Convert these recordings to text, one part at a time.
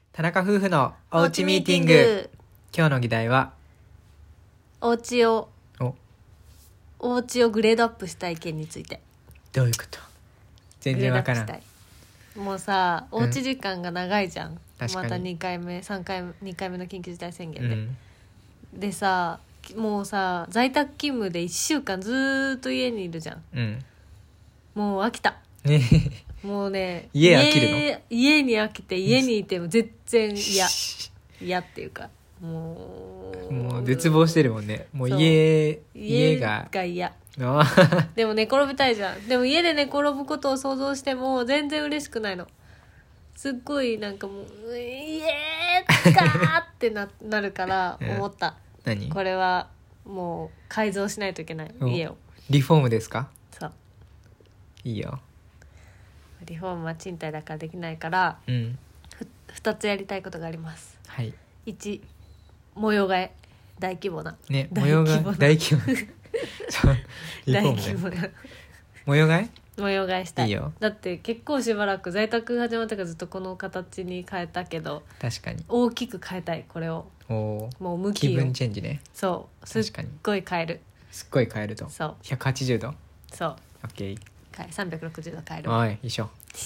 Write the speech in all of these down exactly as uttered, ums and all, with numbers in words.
田中夫婦のおうちミーティング。今日の議題はお家をおお家をグレードアップしたい件について。 どういうこと？全然わからん。 グレードアップしたい。もうさ、おうち時間が長いじゃん、 確かにまたにかいめさんかいめにかいめの緊急事態宣言で、 うん、 でさ、もうさ在宅勤務でいっしゅうかんずーっと家にいるじゃん。 うん、 もう飽きた。 ねもうね、 家飽きるの？ 家家に飽きて、家にいても全然嫌嫌っていうか、もうもう絶望してるもんね。もうそう家家家がが嫌。 あでも寝転びたいじゃん。でも家で寝転ぶことを想像しても全然嬉しくないの。すっごいなんかもう「イエーかー!」ってな, なるから思った、 何？ これはもう改造しないといけない、 お家を。 リフォームですか？ そう、 いいよ。 リフォームは賃貸だからできないから、 うんふたつやりたいことがあります。 はい。 いち、模様替え。大規模なね、模大様が規模な大規模そうリフォ大ームね。 規模な模様替模様替えしたい。 いいよ。 だって結構しばらく在宅が始まったからずっとこの形に変えたけど、 え確かに。 大きく変えたい、これを。 おーもう向きを気分チェンジね。 そうすっ確かにごい変える。 すっごい変えるとそうひゃくはちじゅうど。 そうオッケー。 変えさんびゃくろくじゅうど変える。 おい一緒。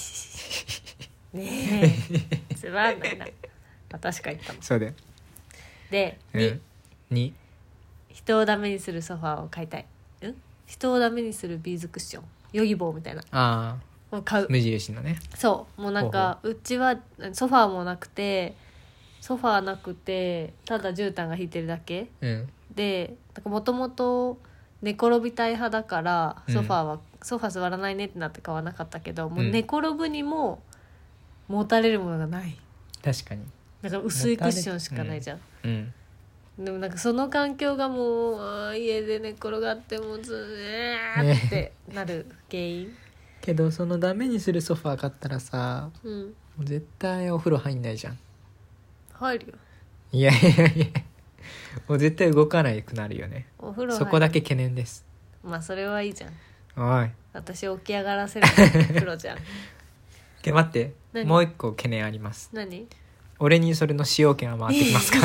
ねえつまんないな。私が言ったもんそうだよ。 で、 うんにに人をダメにするソファーを買いたい。ん人をダメにするビーズクッション、ヨギボーみたいなあを買う。 あ無印のね。 そう、もうなんかうちはソファーもなくてソファーなくてただ絨毯が引いてるだけうんで、もともと寝転びたい派だからうんソファーは、ソファー座らないねってなって買わなかったけど、もううん寝転ぶにも持たれるものがない。 確かに。 だから薄いクッションしかないじゃん、 うんでもなんかその環境がもうあー家で寝転がってもずーーってなる原因、 けどそのダメにするソファー買ったらさ、 うんもう絶対お風呂入んないじゃん。 入るよ。 いやいやいやもう絶対動かないくなるよね。 お風呂入る。 そこだけ懸念です。 まあそれはいいじゃん。 おい私起き上がらせるプロじゃん。 け待って何もう一個懸念あります。 何？ 俺にそれの使用権は回ってきますか？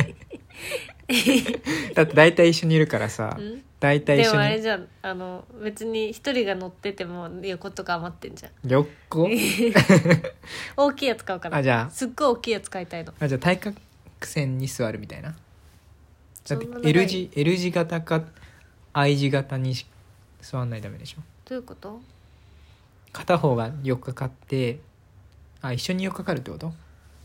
だって大体一緒にいるからさ、 うん大体で一緒にもあれじゃん、あの別に一人が乗ってても横とか余ってんじゃん。 横大きいやつ買うから。 あじゃあすっごい大きいやつ買いたいの。 あじゃあ対角線に座るみたいな。だってそんな長い L 字 L 字型か I 字型に座んないとダメでしょ。 どういうこと？ 片方がよっかかってあ一緒によっかかるってこと？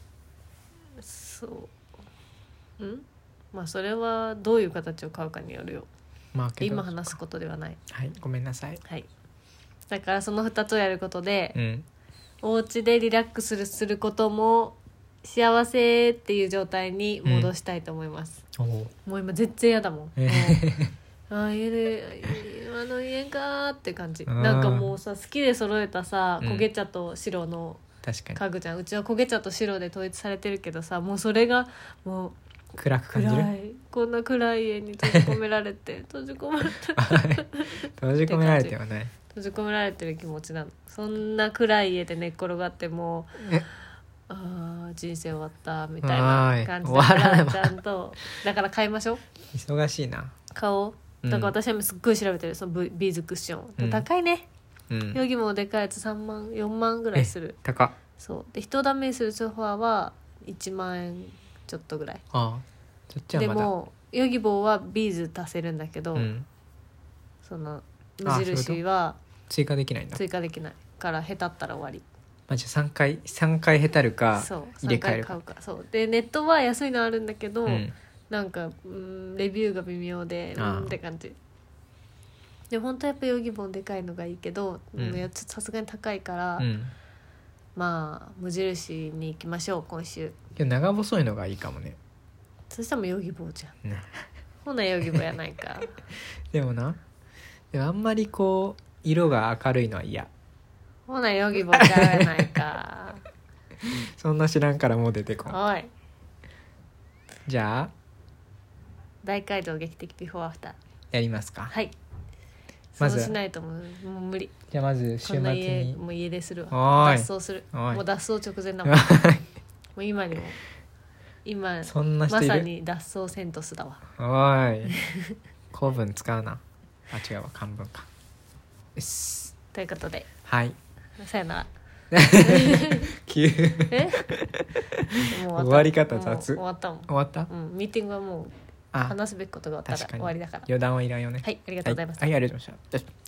そううんまあそれはどういう形を買うかによるよ。 まあけど今話すことではない。 はいごめんなさい。 はい。だからそのふたつをやることで、 うんお家でリラックスするすることも幸せっていう状態に戻したいと思います、 おおもう今全然嫌だもん、 えもうあ家で今の家かーって感じ。 あーなんかもうさ、好きで揃えたさうん焦げ茶と白の確かに家具じゃん。うちは焦げ茶と白で統一されてるけどさ、もうそれがもう暗く感じる。 暗い、こんな暗い家に閉じ込められて閉じ込められて閉じ込められてはない。 閉じ込められてる気持ちなの。そんな暗い家で寝っ転がってもえあー人生終わったみたいおいな感じだか終わらないら、ちゃんとだから買いましょう。 忙しいな。 買おう。 うんだから私は今すっごい調べてる、そのビビーズクッション、 うん高いね。 うんヨギもでかいやつさんまんよんまんぐらいする。 高っ。 そうで、人をダメにするソファーはいちまんえんちょっとぐらいああそっちはまだ。 でもヨギボーはビーズ足せるんだけど、 うんそのあ無印は追加できないんだ。 追加できないからへたったら終わり。 まあ、じゃあさんかいさんかいへたるかそう入れさんかい替えるか。 買うか。そうでネットは安いのあるんだけど、 うんなんかうんレビューが微妙でうああんって感じで、本当はやっぱヨギボーでかいのがいいけど、 うんもうやつさすがに高いから、 うんまあ無印に行きましょう今週。 けど長細いのがいいかもね。 そしたらもうヨギボーじゃん。 ねほなヨギボーやないか。 でもなでもあんまりこう色が明るいのは嫌。 ほなヨギボーちゃうやないか。 そんな知らんからもう出てこん。 おい、 じゃあ大街道劇的ビフォーアフター。 やりますか。 はい。 まずそうしないともうもう無理。 じゃあまず週末こんな家にもう家でするおわ。 ーい脱走する。 おいもう脱走直前だもん。 う今にも今そんな人いるまさに脱走セントスだわ。 おーい古文使うな。あ違うわ漢文か。よしということではいさよなら。 急えもう終わり方もう雑終わったもん、 終わったうん、ミーティングはもうあ話すべきことが終わったら確かに終わりだから。 余談はいらんよね。 はい、ありがとうございました。 はい、はい、ありがとうございました。